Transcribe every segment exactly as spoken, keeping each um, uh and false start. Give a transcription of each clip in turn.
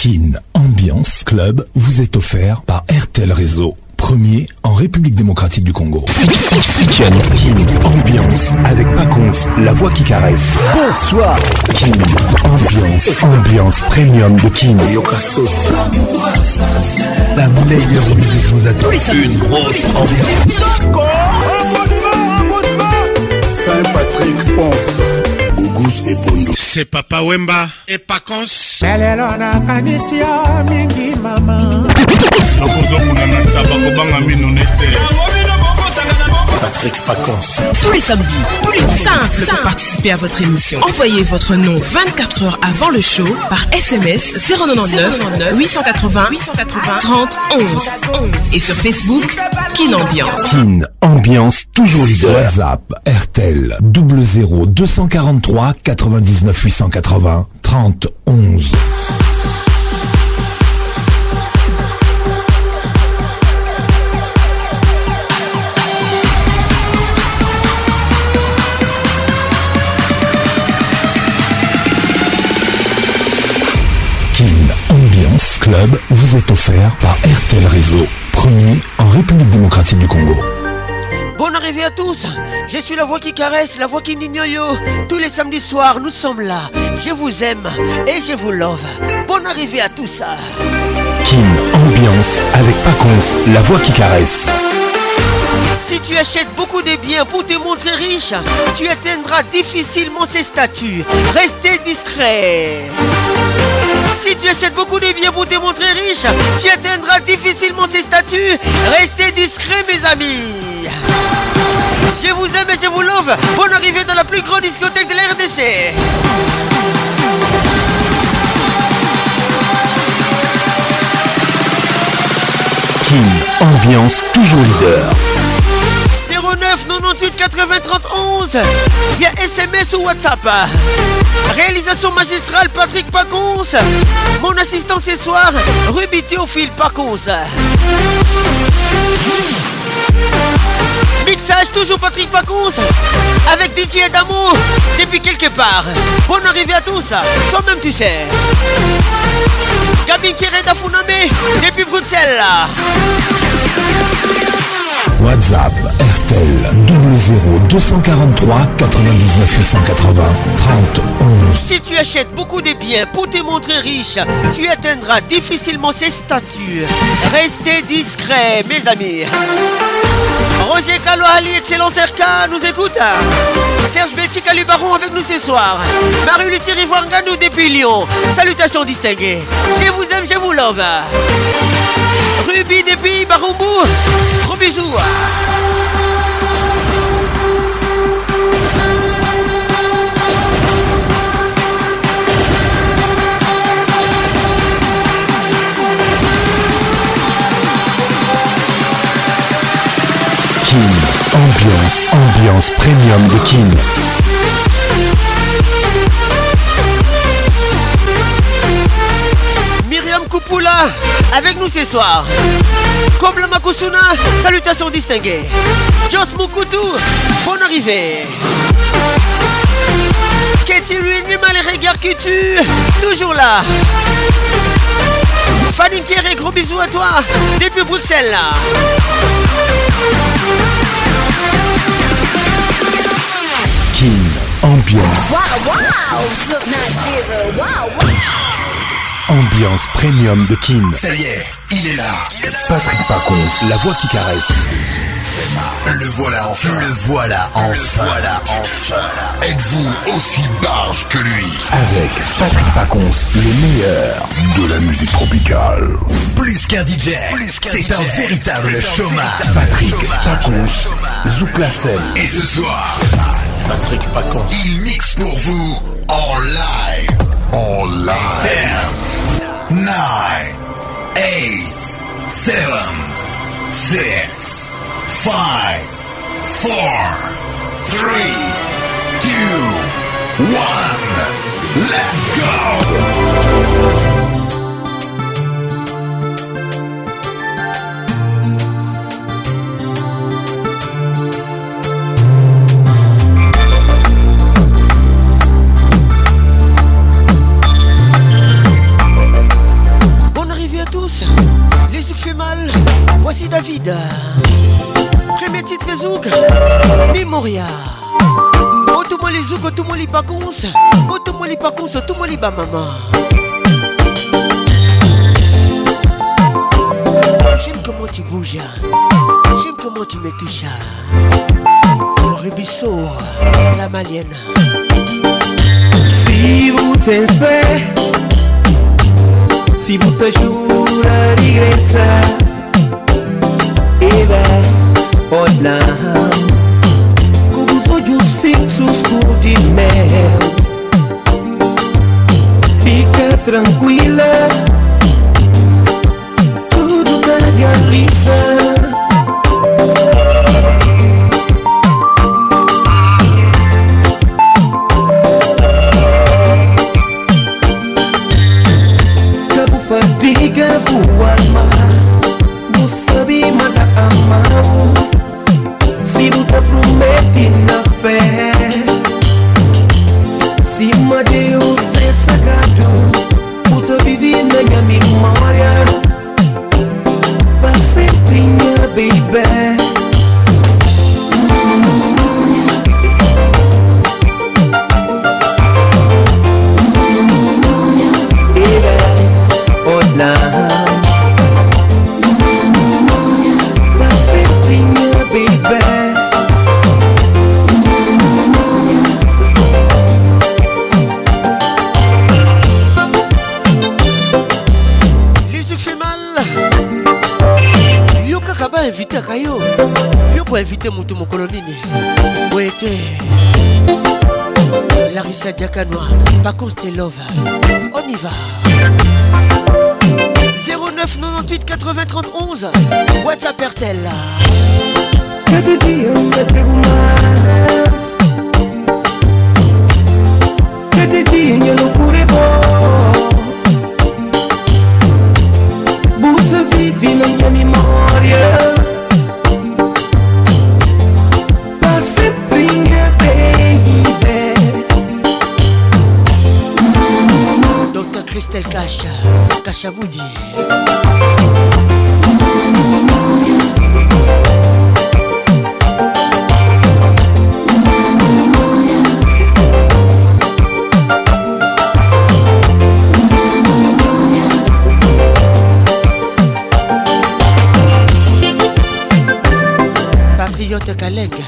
Kin Ambiance Club vous est offert par R T L Réseau. Premier en République démocratique du Congo. Kin Ambiance avec Paconce, la voix qui caresse. Bonsoir. Kin Ambiance, ambiance premium de Kin. La meilleure musique vous attend. Une grosse ambiance. Saint-Patrick Ponce, Auguste et Bondo. C'est Papa Wemba et Paconce. Patrick Paconce. Tous les samedis, tous les simples pour participer à votre émission. Envoyez votre nom vingt-quatre heures avant le show par S M S zéro neuf huit cent quatre-vingts trente onze et sur Facebook Kin Ambiance. Kin Ambiance toujours leader. WhatsApp R T L zéro zéro deux cent quarante-trois quatre-vingt-dix-neuf huit cent quatre-vingts trente onze. Ambiance Club vous est offert par R T L Réseau, premier en République démocratique du Congo. Bonne arrivée à tous, je suis la voix qui caresse, la voix qui nignoyo. Tous les samedis soirs, nous sommes là. Je vous aime et je vous love. Bonne arrivée à tous. Kin Ambiance avec Paconce, la voix qui caresse. Si tu achètes beaucoup de biens pour te montrer riche, tu atteindras difficilement ces statuts. Restez discret. Si tu achètes beaucoup de biens pour te montrer riche, tu atteindras difficilement ces statuts. Restez discret, mes amis. Je vous aime et je vous love. Bonne arrivée dans la plus grande discothèque de la R D C. Kin Ambiance toujours leader. zéro neuf quatre-vingt-huit quatre-vingts trente onze via S M S ou WhatsApp. Réalisation magistrale Patrick Paconce. Mon assistant ce soir Ruby Théophile Paconce. Mixage toujours Patrick Paconce avec D J Adamo depuis quelque part. Bonne arrivée à tous. Toi-même tu sais. Gabin Kireda Funame depuis Bruxelles. WhatsApp R T L zéro zéro deux cent quarante-trois quatre-vingt-dix-neuf huit cent quatre-vingts trente onze. Si tu achètes beaucoup de biens pour te montrer riche, tu atteindras difficilement ces statuts. Restez discret, mes amis. Roger Kalouali, excellence R K, nous écoute. Serge Betty Calubaron avec nous ce soir. Marie Thierry Voirganou depuis Lyon. Salutations distinguées. Je vous aime, je vous love. Ruby depuis Barumbu. Gros bisous. Kin Ambiance, ambiance premium de Kin. Myriam Kupula avec nous ce soir. Kobla Makusuna, salutations distinguées. Jos Mukutu, bonne arrivée. Katie Ruinima, les regards qui tuent, toujours là. Fanny Kéré, gros bisous à toi, depuis Bruxelles là. Kin Ambiance. Wow, wow, look Nigeria, wow, wow. Ambiance premium de Kin. Ça y est, il est là. Patrick Paconce, la voix qui caresse. Le voilà enfin. Le voilà enfin. Le voilà enfin. Êtes-vous aussi barge que lui? Avec Patrick Paconce, le meilleur de la musique tropicale. Plus qu'un D J, c'est un véritable showman. Patrick Paconce, zouk la scène. Et ce soir, Patrick Paconce, il mixe pour vous en live. En live. ten, nine, eight, seven, six, five, four, three, two, one. Let's go. fait mal. Voici David. Premier titre Zouk. Memoria. Otomo les Zouk, otomo les Pacons. Otomo les Pacons, otomo les Bamama. J'aime comment tu bouges. J'aime comment tu me touches. Le Rubisso, la malienne. Si vous te fait, si vous te jure regresa, eva olha, com os olhos fixos por de mel, fica tranquila, tudo te realiza. Diga boa alma, você me manda amar. Se você promete na fé, se uma Deus é sagrado, você vive na minha memória, pra sempre minha baby. Olha, pra sempre minha baby. Luiz fait mal. Yo kakaba invité à Kayo. Yo pour inviter Moutou Mokolonini. Où était Larissa Diakanoa. Par contre c'est love. On y va. zéro neuf quatre-vingt-huit quatre-vingts trente onze. WhatsApp R T L. Cada dia eu me atrevo mais. Cada dia minha loucura é boa. Você vive na minha memória, pra sempre minha baby. Docteur Christelle Cacha, Cacha Moudi. Patriote Kalenga.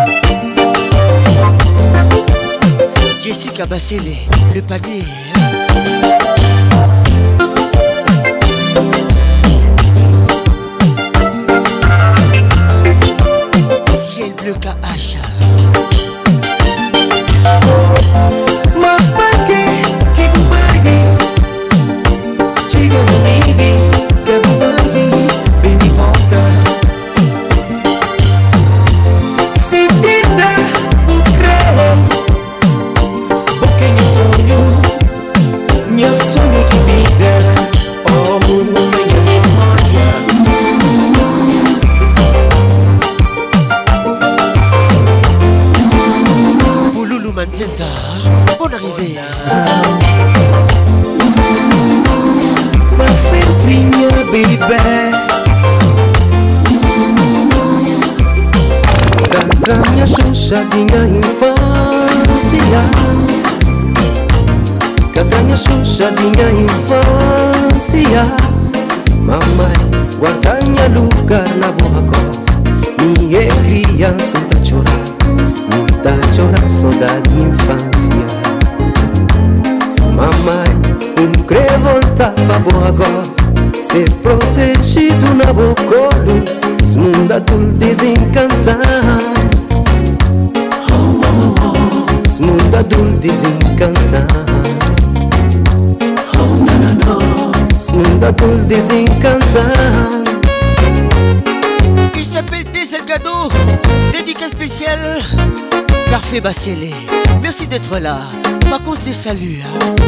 Jessica Bassele, le panier. Ciel bleu K H. Mas pra que que bubangue? Diga no baby, que bubangue, vem de volta. Se te dá o creme, porque meu sonho, meu sonho de vida, oh, minha memória. Bouloulou Mandienza, bonne arrivée. Pra sempre minha baby. Canta minha Xuxa tinha infância. Canta minha Xuxa tinha infância. Mamãe, guarda minha lugar na boa coisa. Minha criança tá chorando, tá chorando saudade de infância. Mamãe, um crê voltar pra boa coisa, ser protegido na boa colo, esse mundo adulto desencantar. Esse mundo adulto desencantar. Esse mundo adulto desencantar. Il s'appelle Deselgado. Dédicace spéciale Parfait Bassele. Merci d'être là. Par contre des saluts.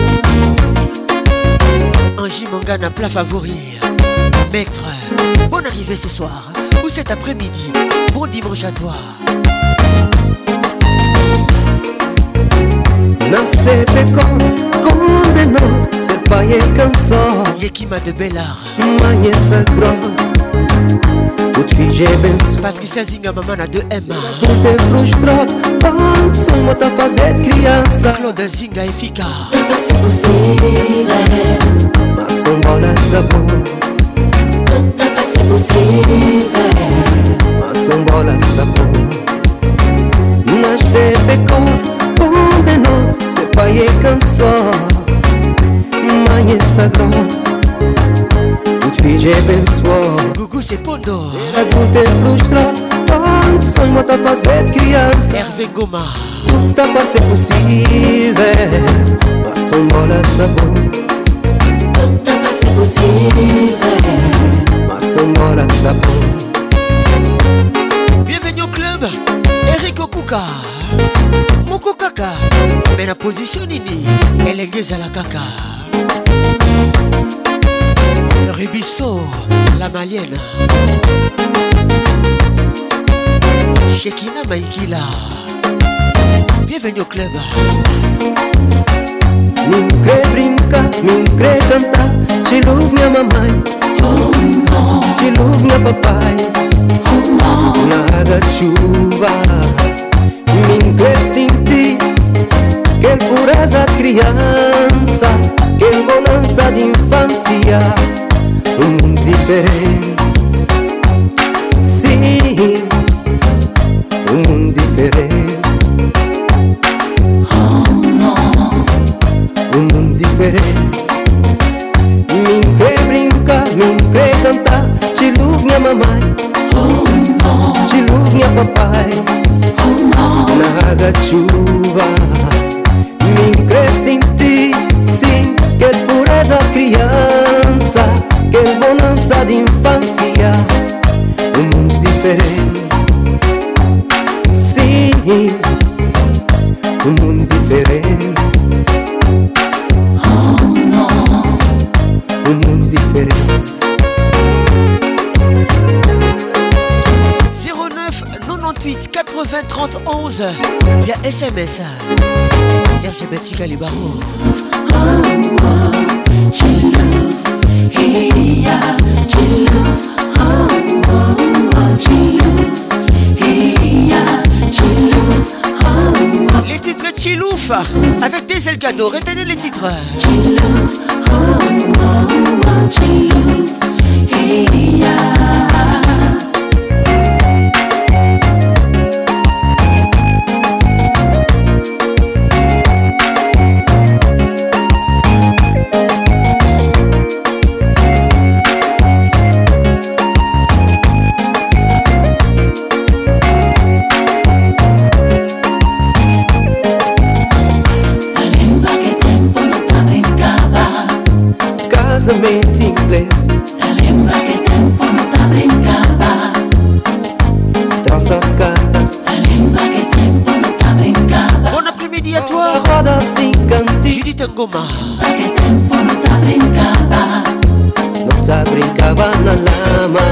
Angie Mangana, plat favori. Maître, bonne arrivée ce soir ou cet après-midi. Bon dimanche à toi. Nasce pecado, condenado, ser pai é cansado. Yekima de Bellar. Mãe é sagrado, o te fiz é benção. Patricia Zinga, mamana de Emma. Tudo é frustrado, quando só me tá fazer de criança. Claude Zinga eficaz. É possível, Mas são bola de sabão. tudo é possível. Mas são bola de sabão. Nasce pecado, condenado, ser pai é cansado. Mãe é sagrado, o te fiz é abençoado. Gugu c'est Pondo. Adulto é frustrado, quando sonho a fazer de criança. Hervé Goma. Tudo tá pra ser possível, mas são bola de sabão. Tudo é possível. Mas são bola de sabão. Bienvenue au club. Eric Okuka. Moko Kaka. Mais la position Nini. Elle est à la Kaka. Ribisso, la malienne. Shekina Maikila. Bienvenue au club. Me crê brincar, me crê cantar. Te louvo minha mamãe, te louvo minha papai. Na água de chuva, me crê sentir que pureza de criança, que bonança de infância. Um mundo diferente, sim, um mundo diferente. Um mundo diferente. Me quer brincar, me quer cantar. Te louvo minha mamãe, te louvo minha papai. Na água de chuva, me quer sentir, sim, que pureza de criança, que bonança de infância. Um mundo diferente, sim, um mundo diferente. Um mundo diferente. zéro neuf quatre-vingt-huit quatre-vingts trente onze via S M S. Serge Betika Libaro. Les titres Chilouf avec des Elgado. Retenez les titres. Casamento inglês. Lembra que tempo não tá brincava. Traça as cartas. Lembra que tempo não tá brincava. Bon après-midi à toi. Roda assim cantinho. Judith Ngoma. Lembra que tempo não tá brincava. Não tá brincava na lama.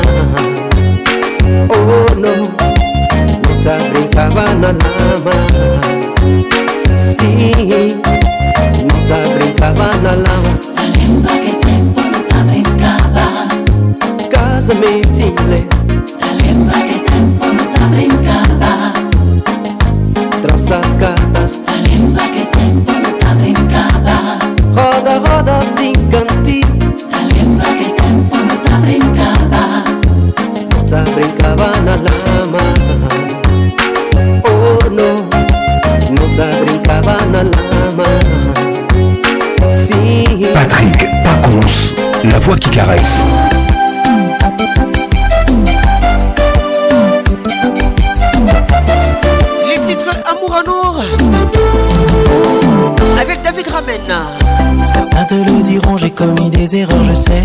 Oh não, não tá brincava na lama. Sim, não tá brincava na lama. Lembra que tempo não tá brincava. Casamento inglês. Lembra que tempo não tá brincava. Traça as cartas. Lembra que tempo não tá brincava. Roda, roda assim cantinho. Lembra que tempo não tá brincava. Não tá brincava na lama. Oh não, não tá brincava na lama. Sim. Patrick Pacons, la voix qui caresse. Les titres Amour en or avec David Ramen. Certains te le diront, j'ai commis des erreurs, je sais.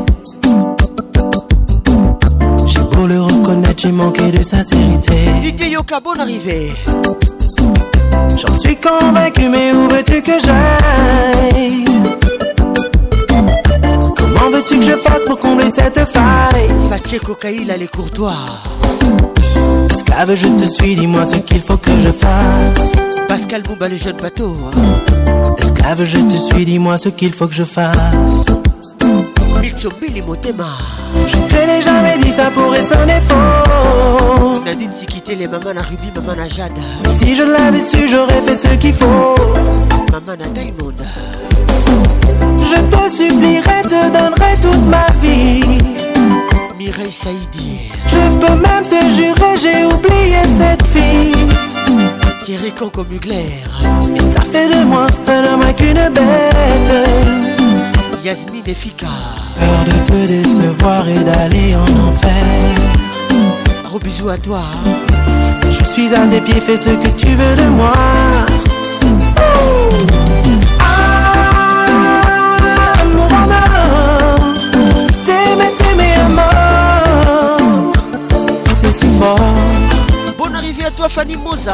J'ai beau le reconnaître, j'ai manqué de sincérité. Didier Yoka, bonne arrivée. J'en suis convaincu, mais où veux-tu que j'aille? Comment veux-tu que je fasse pour combler cette faille? Tcheko Kaila les courtois. Esclave, je te suis, dis-moi ce qu'il faut que je fasse. Pascal Bouba, le jeune bateau. Esclave, je te suis, dis-moi ce qu'il faut que je fasse. Milchobili Motema. Je te l'ai jamais dit, ça pourrait sonner faux. Nadine s'y quittait les mamans à Ruby, maman à Jada. Si je l'avais su, j'aurais fait ce qu'il faut. Maman à Diamond. Je te supplierai, te donnerai toute ma vie. Mireille Saïdi. Je peux même te jurer, j'ai oublié cette fille. Thierry Conco Mugler. Et ça fait de moi un homme avec une bête. Yasmine Efika. Peur de te décevoir et d'aller en enfer. Gros bisous à toi. Je suis à tes pieds, fais ce que tu veux de moi. Amour en or, t'aimer, t'aimer à mort. C'est si fort. Bonne arrivée à toi Fanny Moza.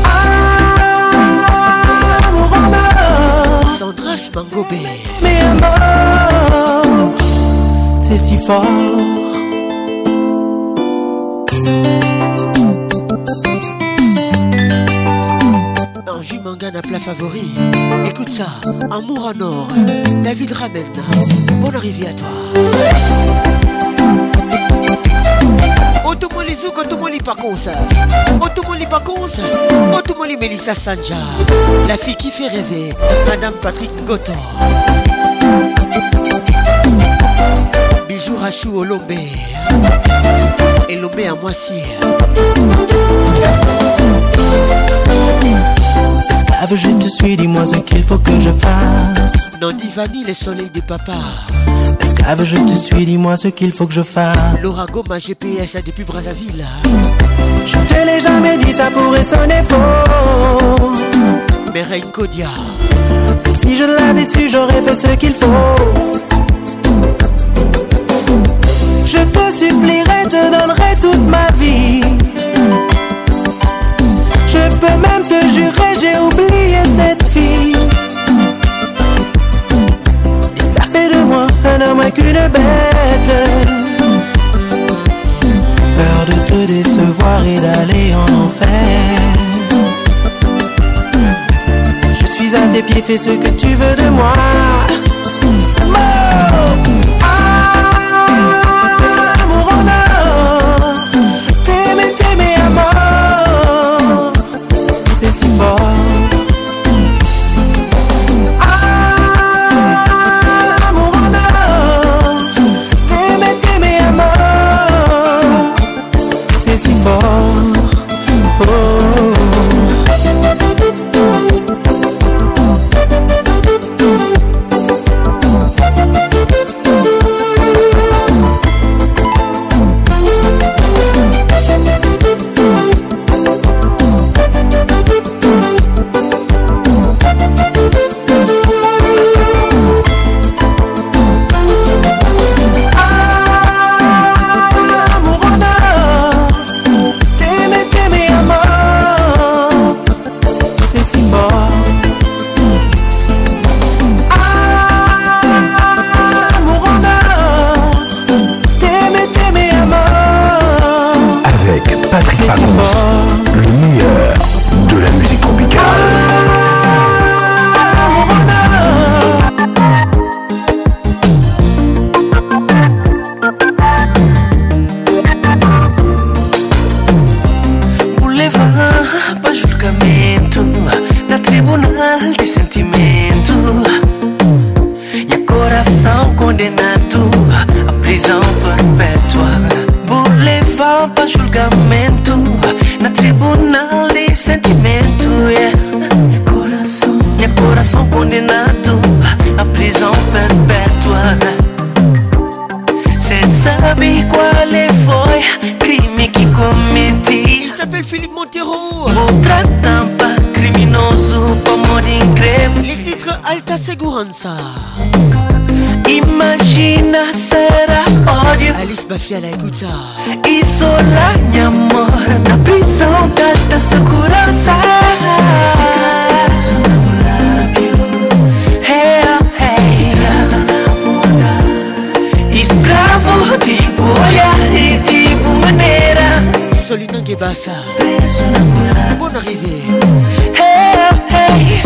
Amour en or, Sandras Mangobé. Mais à mort, c'est si fort. Angie Mangana plat favori. Écoute ça, Amour en or. David Ramen. Bonne arrivée à toi. Otomoli Zouk, Otomoli Pacons. Otomoli Pacons. Otomoli Melissa Sanja. La fille qui fait rêver. Madame Patrick Ngoto. Bijou Rachou Olombe. Et Lombe à Moissy. Esclave, je te suis, dis-moi ce qu'il faut que je fasse. Nandi Vanille, le soleil de papa. Esclave, je te suis, dis-moi ce qu'il faut que je fasse. Laura Goma, G P S depuis Brazzaville. Je te l'ai jamais dit, ça pourrait sonner faux. Mireille Kodia. Et si je l'avais su, j'aurais fait ce qu'il faut. Je te supplierai, te donnerai toute ma vie. Je peux même te jurer, j'ai oublié cette fille. Et ça fait de moi un homme avec une bête. Peur de te décevoir et d'aller en enfer. Je suis à tes pieds, fais ce que tu veux de moi. C'est mort. Amour en or, t'aimer, t'aimer à mort. C'est si fort. Amour en or, t'aimer, t'aimer à mort. C'est si fort. Oh. Imagina será ódio. Alice Bafia la escuta. Isolar amor na prisão da segurança. Hey, hey. Escravo de olhar. Paulina Ngebassa. Bonne arrivée. Hey, hey.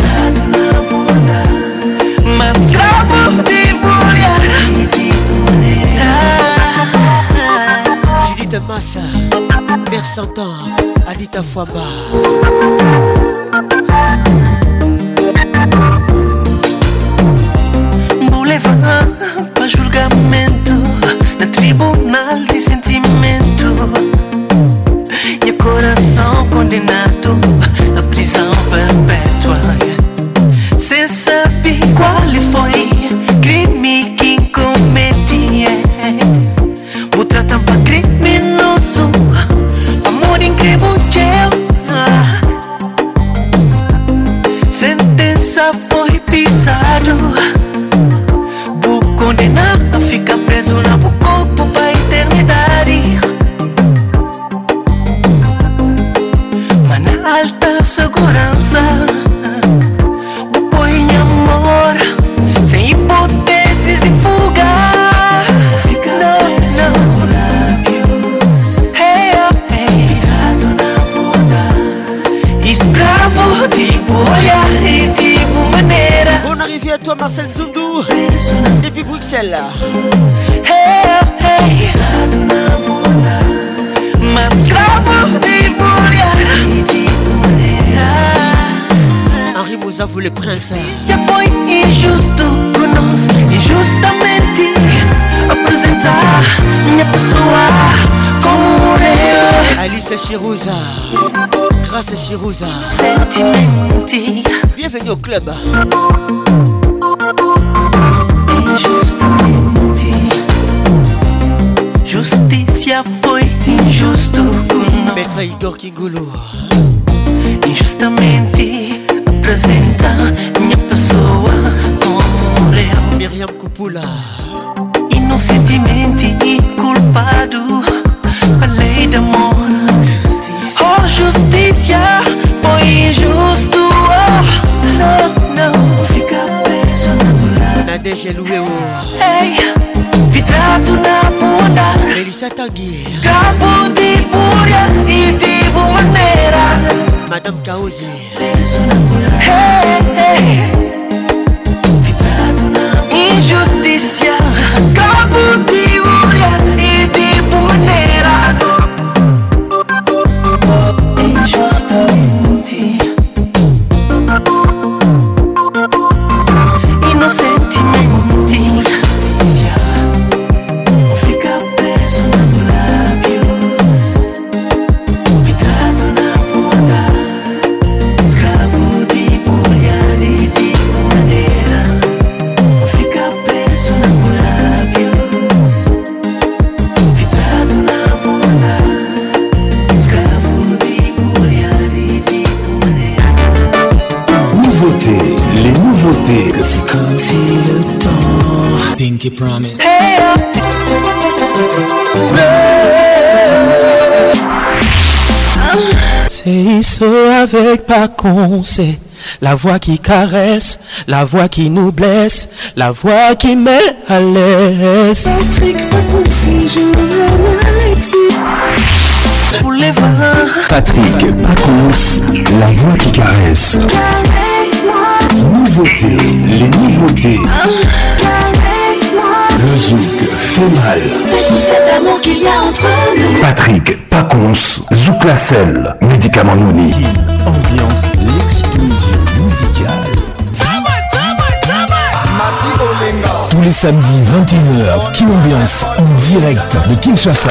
Mas escravo de mulher. Judith Massa, Mère Santan, Anita Fwamba. Boulevard para julgamento na tribunal de sentimento. Meu coração condenado à prisão perpétua. Sem saber qual foi crime que cometi. Vou tratar para criminoso, amor incrível. Sentença foi pisado. Vou condenar a ficar preso na meu corpo pra eternidade. Mas na alta segurança, vou pôr em amor, sem hipóteses de fuga. Não, não. Hey, hey. Escravo tipo olhar e tipo maneira. Bonne arrivée à toi Marcel Zundu depuis Bruxelles. Hey, hey. Mas escravo tipo olhar e tipo maneira. Henri Mouzavou le prince. Já foi injusto conosco, injustamente apresentar minha pessoa como eu. Alice Chirouza, grâce Chirouza. Sentimenti. Bienvenue au club. Injustamente. Justiça foi injusto conosco. Maître Igor Kingulu. Injustamente apresenta minha pessoa como eu. Myriam Kupula. Inocentemente culpado. A lei da amor. Oh, justiça foi injusto. Oh, não, não. Fica preso na mulher. Nadege Louéo. Ei, vidrado na bunda. Melissa Tanguy. Escravo de pura e de boa maneira. Madame Kaozi. Preso na mulher. Hey, hey. Vidrado na injustiça. Escravo de pura e de boa maneira. Injustamente. Inocentemente. Justiça. Fica preso nos lábios. Vidrado na bunda. Escravo de olhar e de maneira. Fica preso nos lábios. Vidrado na bunda. Escravo de olhar e de maneira. Nouveautés, les nouveautés. C'est comme si le temps Pinky Promise. Hey, C'est isso avec Pacon, c'est la voix qui caresse, la voix qui nous blesse, la voix qui met à l'aise. Patrick Pacon, c'est Joël Alexis. pour les vins. Patrick Pacons, la voix qui caresse. Nouveautés, les nouveautés. Le zouk fait mal. C'est tout cet amour qu'il y a entre nous. Patrick Pacons, Zouk la selle, médicament Nouni. Ambiance, l'explosion musicale. Tous les samedis vingt et une heures, Kin Ambiance en direct de Kinshasa.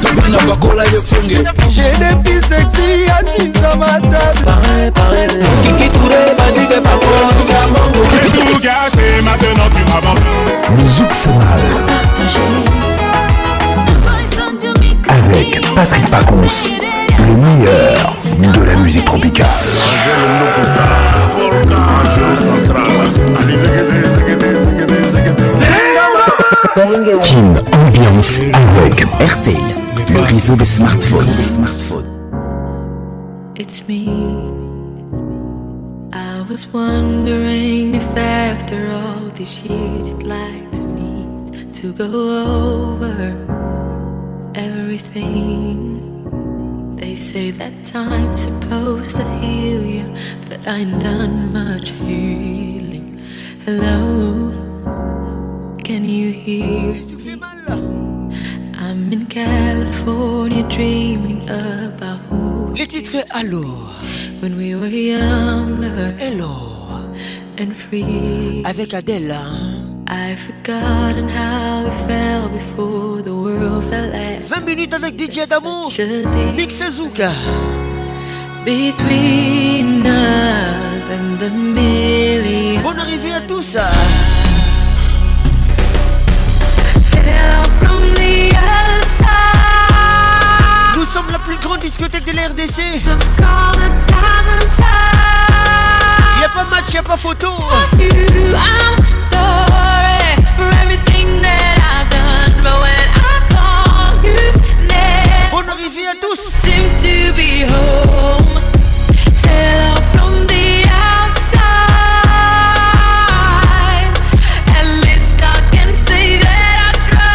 J'ai des filles sexy assises à ma table. Kiki Touré m'a dit des paroles. Tout gâché, maintenant tu m'avances. Le zouk fait mal. Avec Patrick Pacons, le meilleur de la musique tropicale. Kin Ambiance avec R T L, le réseau des smartphones. It's me. I was wondering if after all these years you'd like to meet to go over everything that They say that time's supposed to heal you, but I ain't done much healing. Hello, can you hear me? I'm in California dreaming about who les titres Allo when we were younger, Hello and free. Avec Adèle. I've forgotten how it felt before the world fell at vingt minutes avec D J Adamo, Mix Azuka. Between us and the million. Bonne arrivée à tous. Hello from the other side. Nous sommes la plus grande discothèque de l'R D C. Y'a pas match, y'a pas photo. You, I'm sorry for everything that I've done, but when I call you, never bonne arrivée à tous. Seem to be home. Hello from the outside. At least I can say that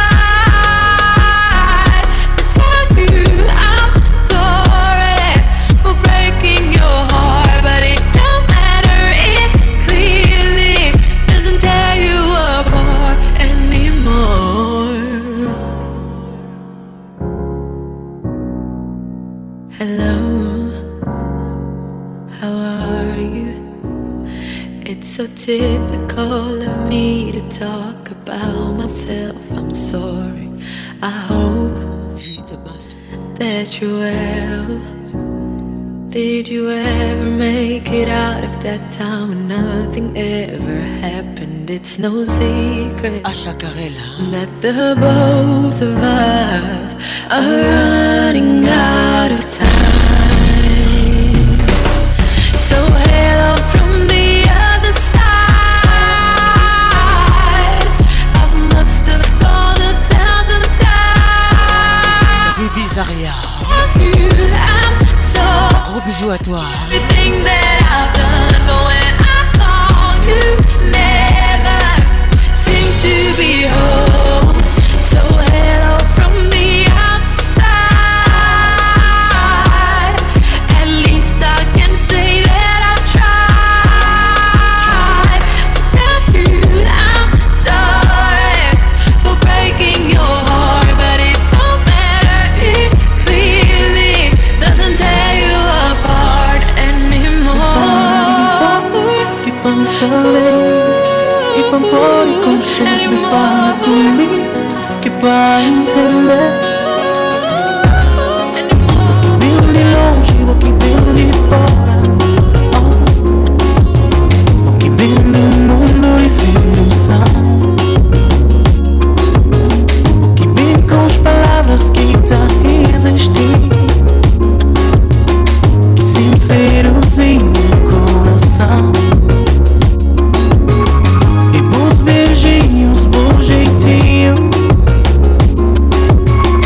I tried to tell you I'm sorry for breaking your heart, but it don't matter. It clearly doesn't tear you apart anymore. Hello, how are you? It's so typical of me to talk about myself. I'm sorry. I hope that you're well. Did you ever make it out of that time when nothing ever happened? It's no secret that the both of us are running out of time. So hello from the other side. I must have called a thousand times. Ruby Zaria. I'm so gros bisous à toi. Everything that I've done, but when I call you, never seem to be home. So hello from the outside. At least I can say that I've tried to tell you I'm sorry for breaking your heart, but it don't matter. It clearly doesn't tear you apart anymore. Keep on falling, keep on falling, come shake me far to me. Keep on tender. Vou que bem de longe, vou que bem de fora. Vou que bem do mundo de sedução. Vou que bem com as palavras que tá existindo. Sem seduzir meu coração. E bons beijinhos, bom jeitinho.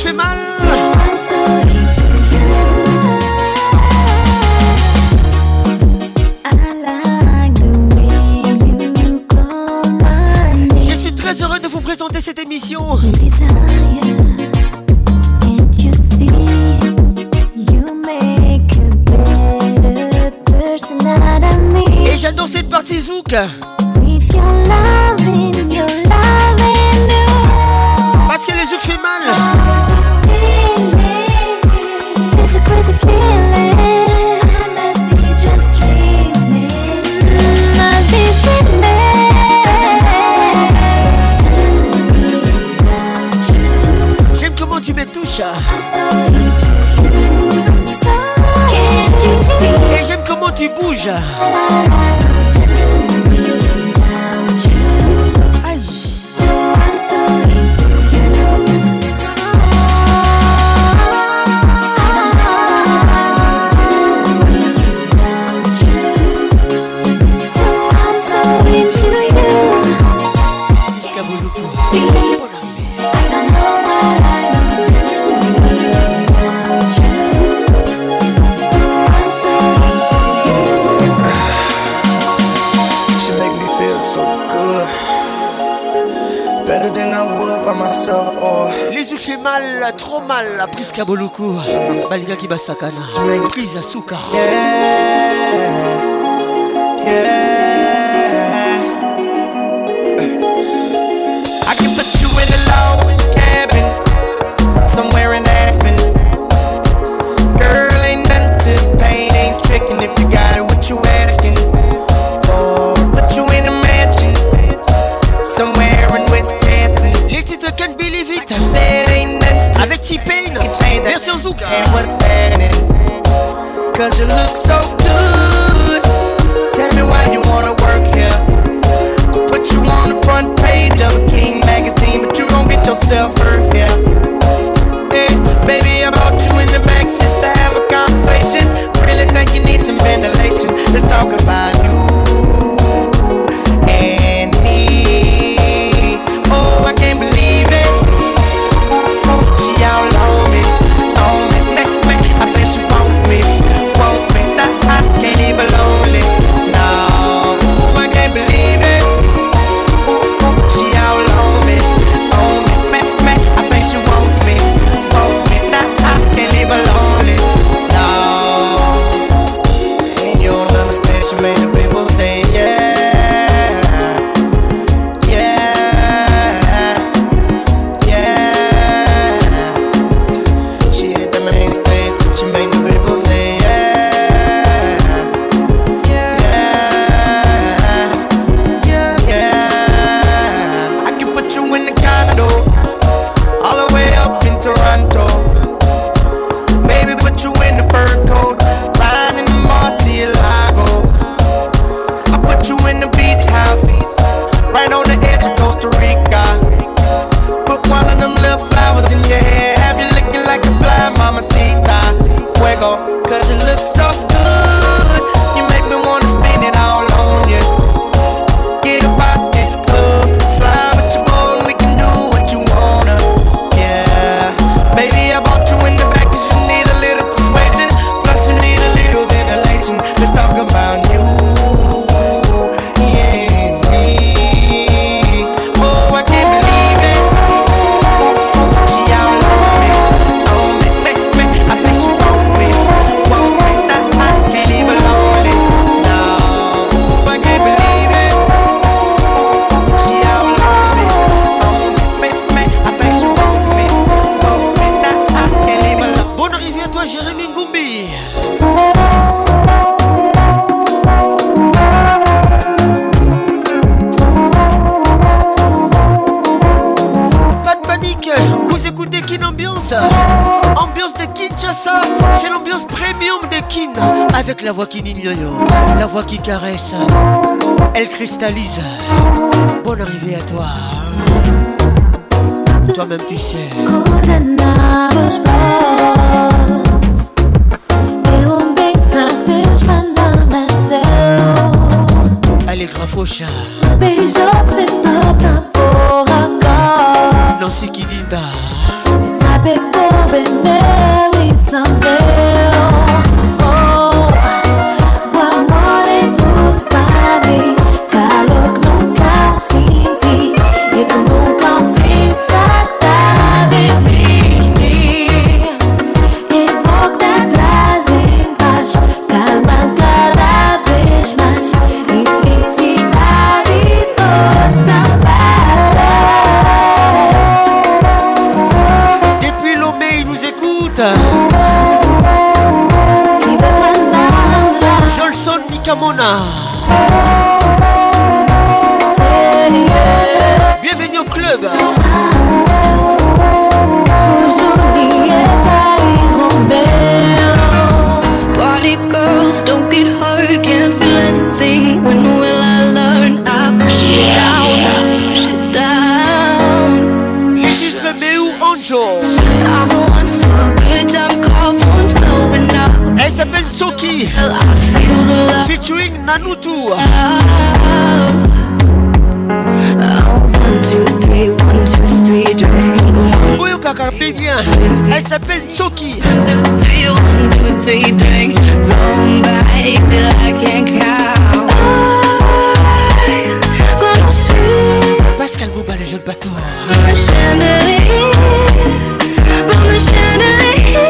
fait mal. Je suis très heureux de vous présenter cette émission. Et j'adore cette partie zouk. Parce que le zouk fait mal. J'aime comment tu me touches. Et j'aime comment tu bouges. Aïe. Les zouk fait mal, trop mal, la prise Kaboloku. Balika qui basakana. Prise Asuka. Yeah, yeah. I can put you in a log cabin somewhere in Aspen. Girl, ain't nothing to pain, ain't tricking if you got it, what you asking for. Put you in a mansion somewhere in Wisconsin. Les titres Can't Believe It. I said ain't nothing avec T-Pain. Version zouk. And what's happening? Cause you look so good. Tell me why you wanna work here. I'll put you on the front page of a King magazine, but you gon' get yourself hurt here. Hey, baby, I brought you in the back just to have a conversation. Really think you need some ventilation. Let's talk about you and me. Oh, I can't believe it. Ooh, ooh, she all on me, on me, me, me. I think she want me, want me. Nah, I can't leave her lonely. No, ooh, I can't believe it. Ooh, ooh, she all on me, on me, me, me. I think she want me, want me. Nah, I can't leave her lonely. No, and you don't understand. She made the people say yeah. Cause you look so good, you make me wanna spend it all on you. Get about this club, slide with your boy and we can do what you wanna. Yeah, baby, I brought you in the back cause you need a little persuasion, plus you need a little ventilation. Let's talk about you, yeah, and me. Oh, I can't believe it. Ooh, ooh, she all on me, on me, me, me. I think she want me. Jérémy Ngoumbi. Pas de panique, vous écoutez Kin Ambiance. Ambiance de Kinshasa, c'est l'ambiance premium de Kin. Avec la voix qui n'ignore, la voix qui caresse, elle cristallise. Bonne arrivée à toi. Toi-même tu sais. Allez, Grafocha. Nancy Kidinda. Bienvenue au club. Party girls don't get hurt, can't feel anything. When will I learn? I push it down, I push it down. Les titres Meu Anjo. I'm the one for a good time, call phones blowing up. Elle s'appelle Tsoki, featuring Nanutu. One, two, three, one, two, three, drink. Boyo Kakarpe bien. Elle s'appelle Tsoki. One, two, three, one, two, three, drink. Flown by till I can't count. I'm gonna swim. Pascal Bouba, le jeune bateau. From the chandelier, from the chandelier.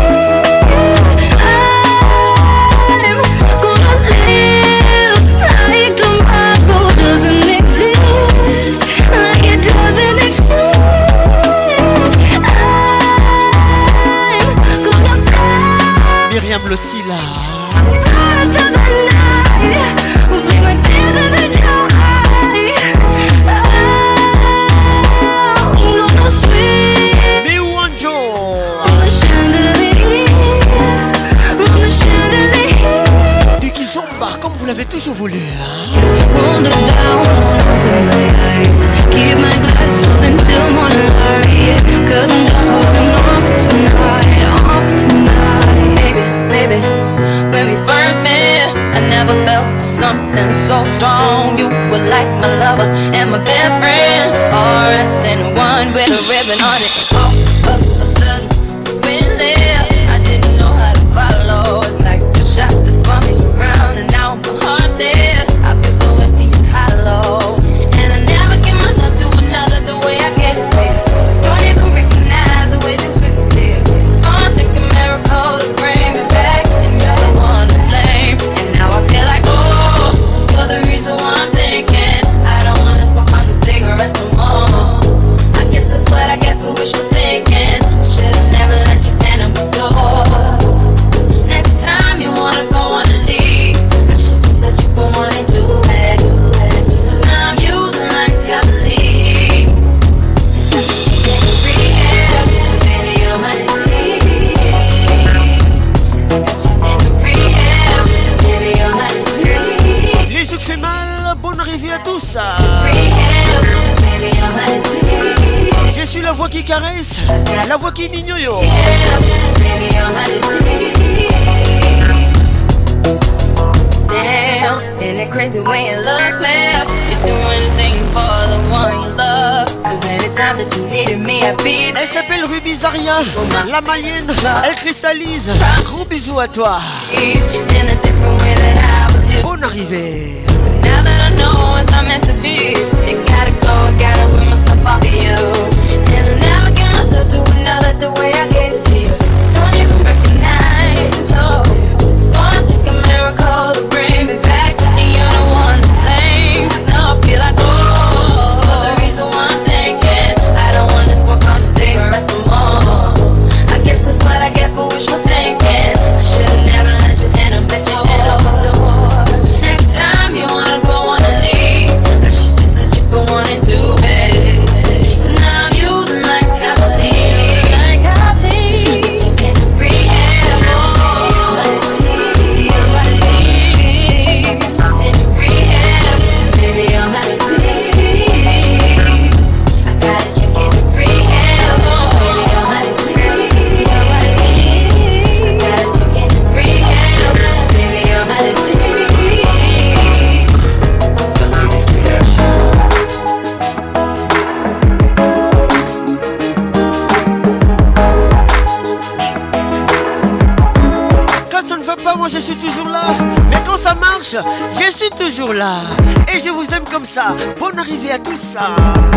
I'm gonna live like tomorrow doesn't exist, like it doesn't exist. I'm gonna fly. Myriam Locila. Part of the night, we'll flee my tears as they dry. I'm gonna swim. Meu Anjo. From the chandelier, from the chandelier. Du Kizomba, comme vous l'avez toujours voulu. Hein? Wander down, open my eyes. Keep my glass full until morning light. Cause I'm just holding on for tonight, on for tonight. Baby, baby, when we first met, I never felt something so strong. You were like my lover and my best friend, all wrapped in one with a ribbon on it. All of a sudden, we're there. I didn't know how to follow. It's like a shot that's spun me around, and now my heart there. I feel so empty and hollow, and I never give myself to another the way I get to you. Don't even recognize the way that we're here. Gonna take a miracle to bring me back, and you're the one to blame. And now I feel like, oh, you're the reason why I'm thinking I don't wanna smoke on the cigarettes no more. I guess that's what I get for wishful thinking. Should've never let you enter my door. Next time you wanna go on a leave, I should just let you go on and do it. Cause now I'm using like I believe. It's like a chick in rehab, baby, you're my disease. It's like a chick in rehab, baby, you're my disease. Les jeux que fait mal, bonne arrivée à tous. Rehab, baby, you're my disease. Je suis la voix qui caresse, la voix qui nignoyo. Baby, you're my disease. Damn, isn't it crazy when you look smell? You do anything for the one you love. Cause anytime that you needed me, I'd be there. Elle s'appelle Ruby Zaria, la malienne, elle cristallise. Gros bisous à toi. In a different way that I was used. Bonne arrivée. Now that I know it's not meant to be, it gotta go, I gotta win myself off of you. And I never give myself to another the way I gave to you. Don't even recognize, no. Gonna take a miracle to bring me back, and you're the one to blame. Cause now I feel like, oh, you're the reason why I'm thinking I don't wanna smoke on the cigarettes no more. I guess that's what I get for wishful thinking. Should've never let you in, I'm let you in over the door. Next time you wanna go on a leave, I should just let you go on and do it. Cause now I'm using like je suis toujours là. Mais quand ça marche, je suis toujours là. Et je vous aime comme ça. Bonne arrivée à tout ça.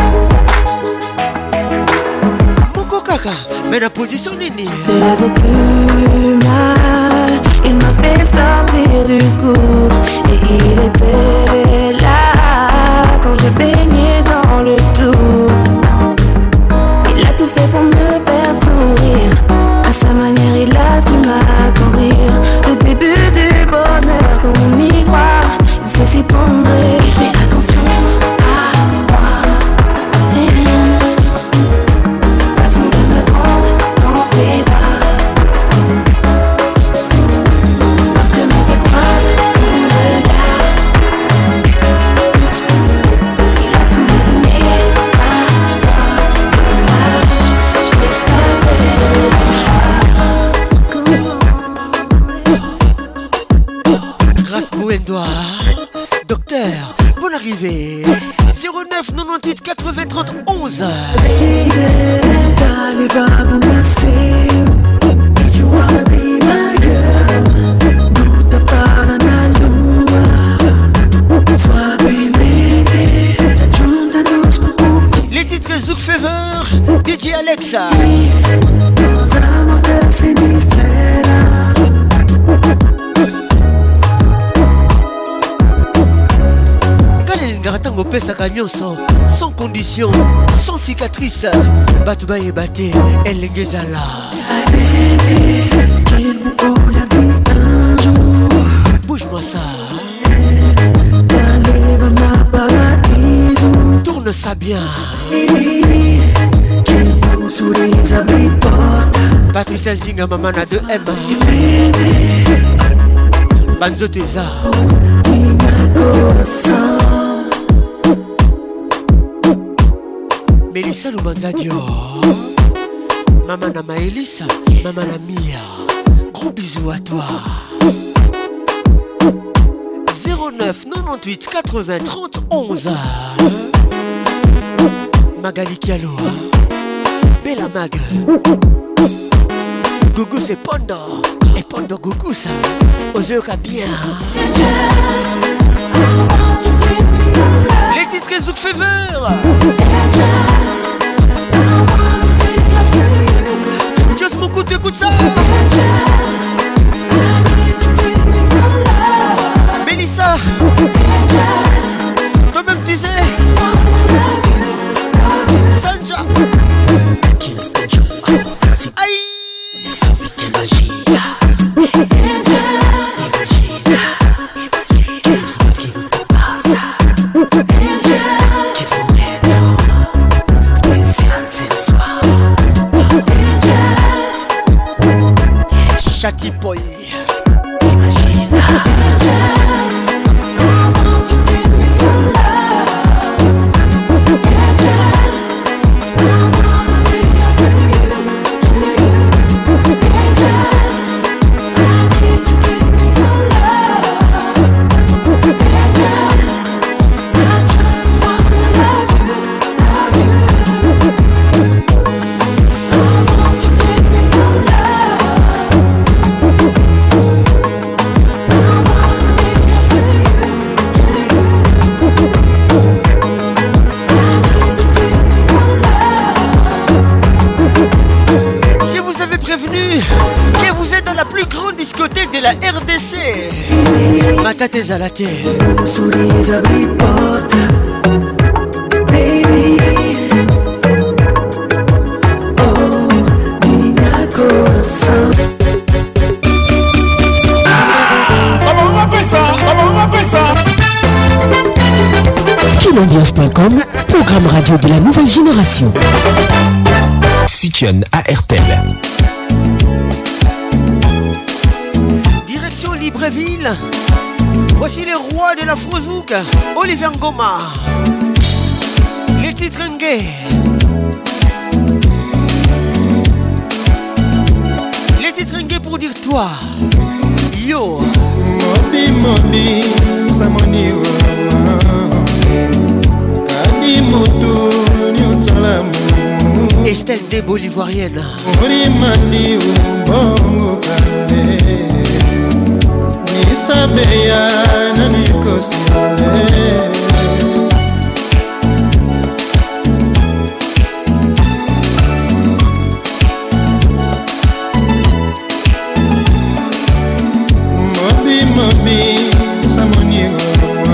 Moko Kaka, mais la position Nini. Faisait plus mal, il m'a fait sortir du cours. Et il était là quand je baignais dans le doute. Il a tout fait pour me faire sourire. À sa manière il a su m'attendrir. Le début du bonheur quand on y croit. Il sait s'y prendre, il fait attention à moi. Et sa façon de me prendre dans ses bras. Lorsque mes yeux croisent son regard, il a tous mes aimés Grâce Bouendoa, docteur, bonne arrivée. zéro neuf quatre-vingt-huit quatre-vingts trente onze. Baby, dale va m'embrasser. If you wanna be my girl, no te para na lua. Suavemente, te junta-nos com les titres Zouk Fever, D J Alexa. nos amores se mistera. Ngaratango pesaka nyonso sans condition, sans cicatrice. Batuba et baté, elenge ezala. Bouge-moi ça. Tourne ça bien. Patricia Zinga Mamana de M. Banzo Teza. Melissa Lubanza Dior. Maman na Maëlissa, maman na Mia. Gros bisous à toi. zéro neuf quatre-vingt-huit quatre-vingts trente onze. Magali Kialo. Bella Mag. Gougou c'est Pondo. Et Pondo Gougou ça. Ozoka bien. Les titres Zouk Fever. Just mon coup, écoute ça. Mélissa, toi-même tu sais. Sanja. Aïe. Chati Boy. De la R D C. Ma tête est à la terre. Kinambiance point com, programme radio de la nouvelle génération. Soutien à R T L. Libreville. Voici les rois de la Frozouk. Olivier Ngoma. Les titres Ngé. Les titres Ngé pour dire toi. Yo. Modi modi samoni kadi moto nyotalamu. Estelle Debo l'ivoirienne. Ori mandi bongo kale. Isabeya nanikosile Mobi mobi usamonigo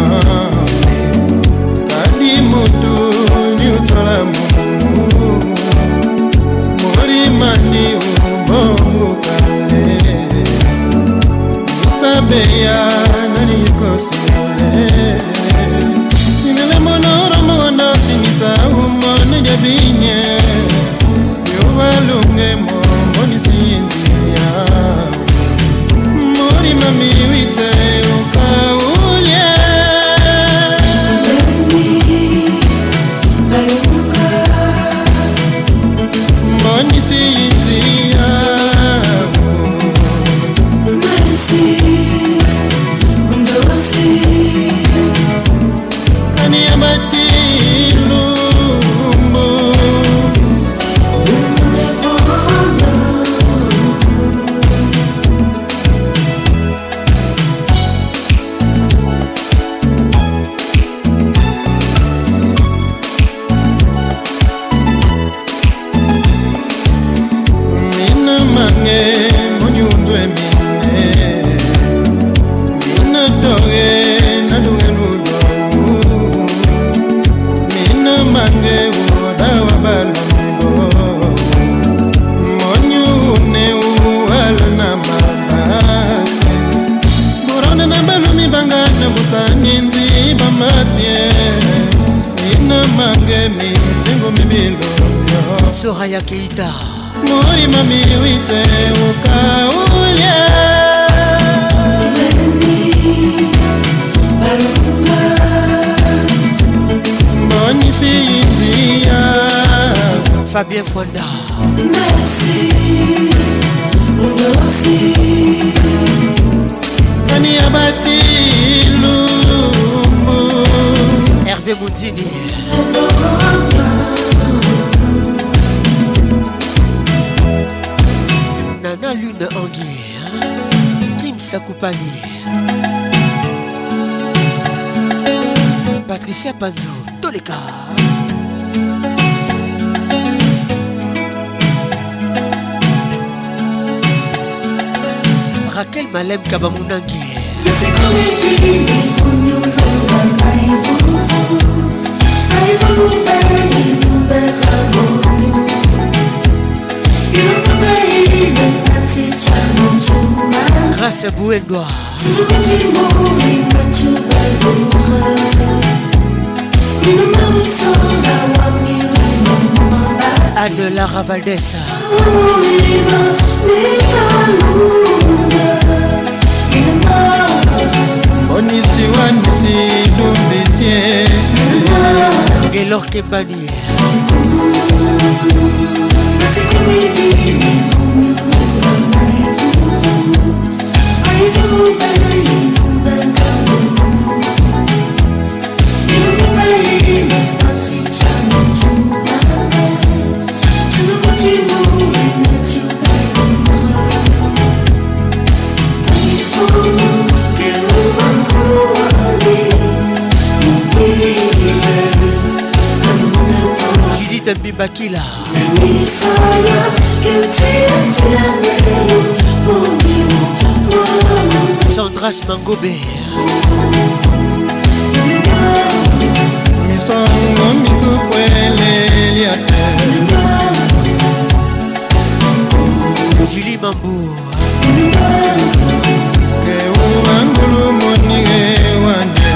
Kadi mutu ni utola mungu Mori mani ubongo kale Isabeya nanikosile Nimele monoro mono sinisa umone jabinye Yuvalunge mombo nisinzia Mori mami wite ukaulie Mboni sinzia Mercy Undosi Kani abati lumbo Mina mange monyundwe mine Mina doge naduge ludo Mina mange uda wabalongo Monyune uwalo na mabase Burona na balumi bangana busani nzi bamatie Mina mange mitengo mibilo Soraya Keita Mori mami wite ukaulia Mboni sinzia Fabien Fonda Merci Undosi Kani abati lumbu Hervé Mounzini Nana Lune Angui Kim Sakupani Patricia Panzo Toleka Raquel Malem Kabamunangi Grâce Bouendoa Anne Lara Valdesa Onisi wanisi dumbitie Gelor Kembani Judith Mbibakila Sandras Mangobe Misongo mikukwele liate Julie Mambou Ke uangulu monige wanje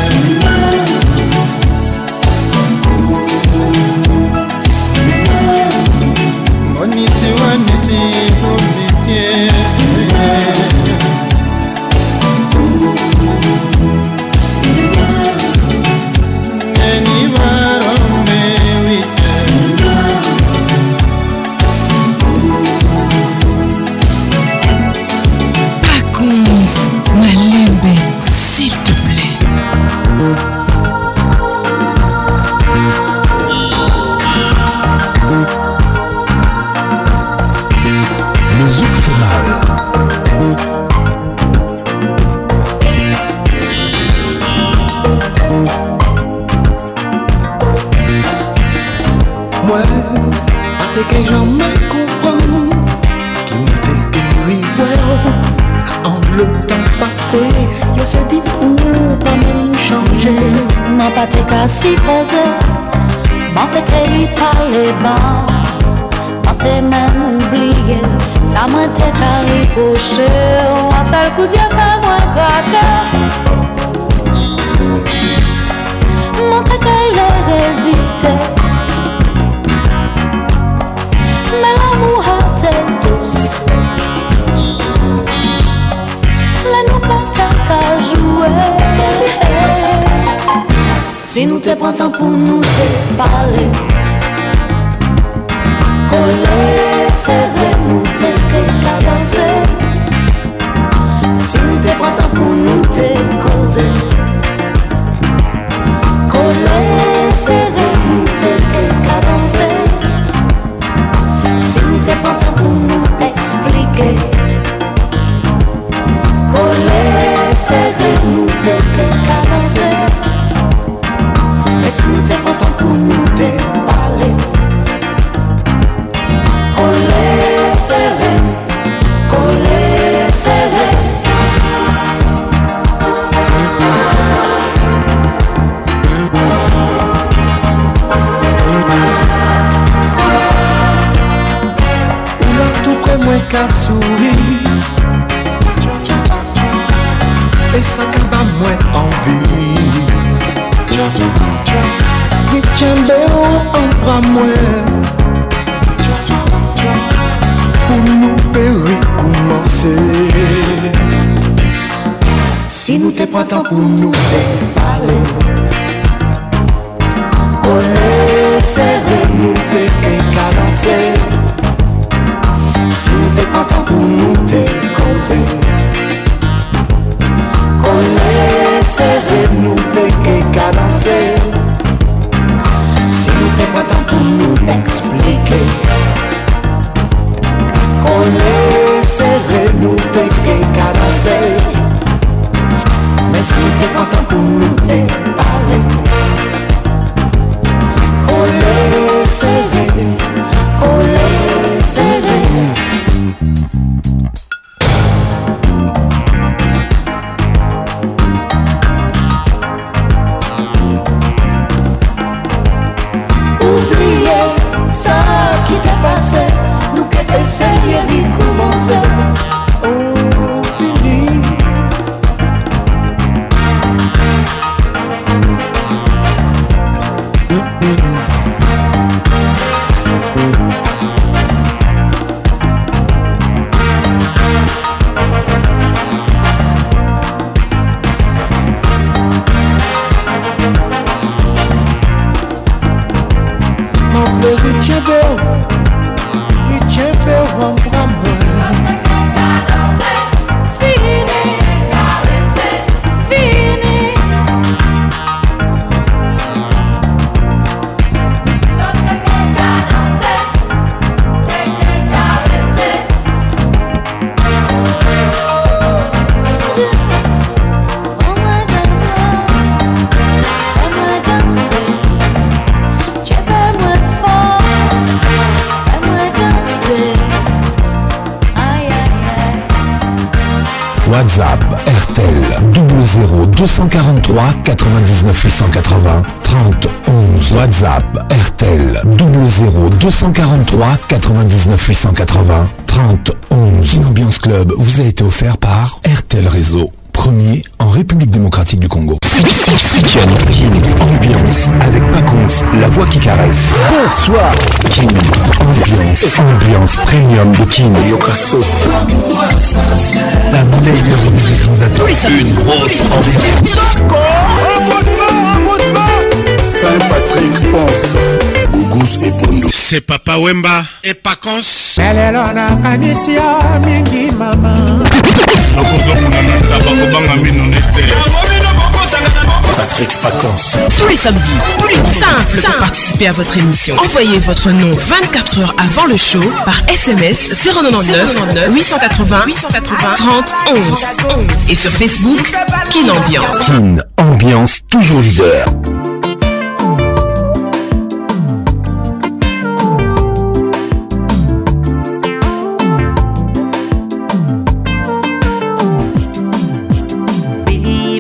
Monisi wanisi kumbitie Ngeni varombe wite se dit ou pas même changer. Non pas te qu'à s'y poser. Bon te créé par les bancs. Bon te même oublié. Ça m'a te carré poché. Un seul coup d'y'a fait moins craquer. Mon te carré résister. Mais l'amour était douce. Là nous pas qu'à jouer. Si nous te prends temps pour nous te parler, coller, serrer, nous te cadencer. Si nous te prends temps pour nous te causer, coller, serrer, nous te cadencer. Si nous te prends temps pour nous expliquer, coller, serrer, nous te cadencer. Mais si nous te prends temps pour nous te parler, coller, serrer, coller, serrer. Qu'à sourire et ça qui va moins envie. Qui tient entre moi pour nous recommencer. Si nous te prends temps pour nous te parler, coller, serrer, nous te cadencer. Si nous te prends temps pour nous te causer, coller, serrer, nous te cadencer. Si nous te prends temps pour nous expliquer, coller, serrer, nous te cadencer. Mais si nous te prends temps pour nous te parler, coller, serrer, coller, serrer. Nous qui essayons d'y commencer. Oh, fini. Mon frère, il tient bien. WhatsApp R T L zéro zéro deux cent quarante-trois quatre-vingt-dix-neuf huit cent quatre-vingts trente onze. WhatsApp R T L zéro zéro deux cent quarante-trois quatre-vingt-dix-neuf huit cent quatre-vingts trente onze. Une ambiance club vous a été offert par R T L Réseau, premier en République démocratique du Congo. Kin, ambiance avec Paconce, la voix qui caresse. Bonsoir. Kin, ambiance, ambiance premium de Kin. Yokasos. La meilleure musique vous attend. Une grosse ambiance. Saint-Patrick pense. Gougous et Bondo. C'est Papa Wemba et Paconce. Patrick Paconce. Tous les samedis, tous les simples pour participer à votre émission. Envoyez votre nom vingt-quatre heures avant le show par S M S zéro neuf huit cent quatre-vingts trente onze et sur Facebook Kin Ambiance. Kin Ambiance toujours leader. Be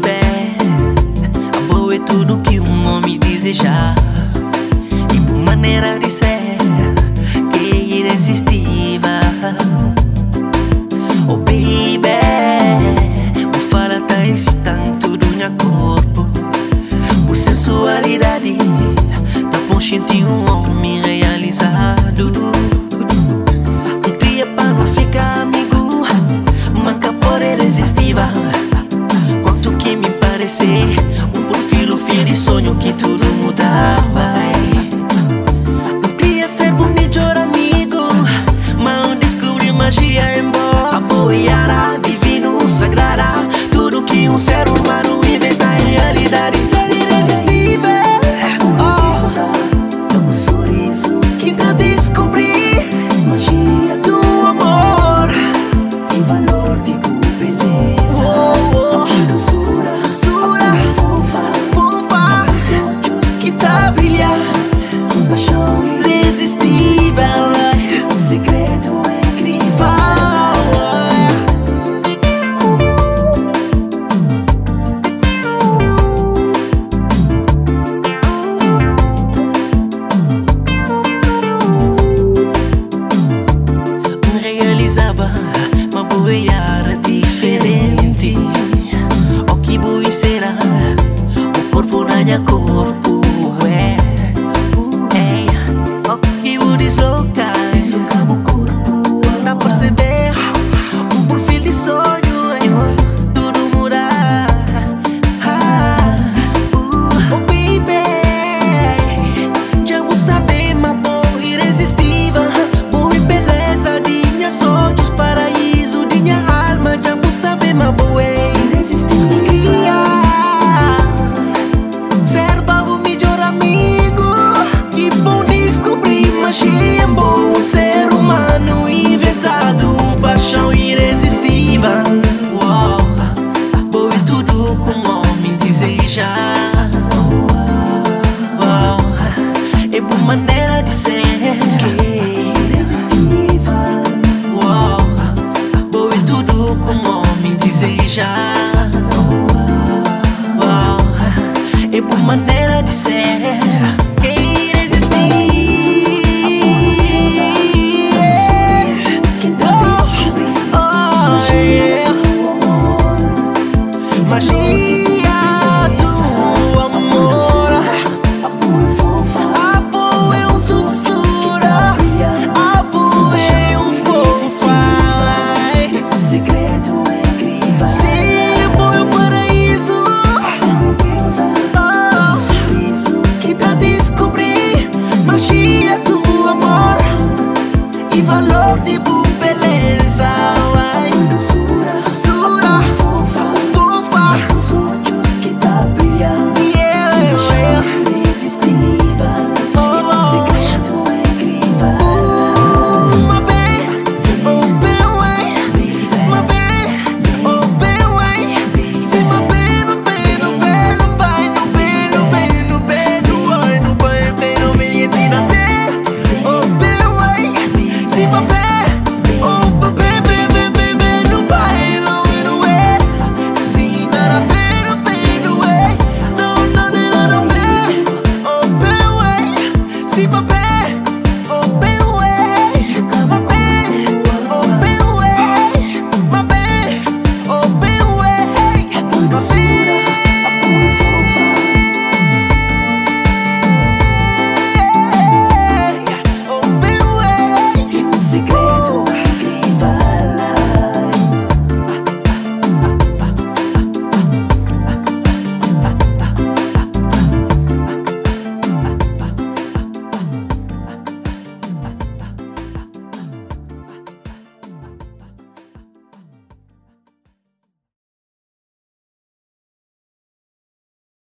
pas.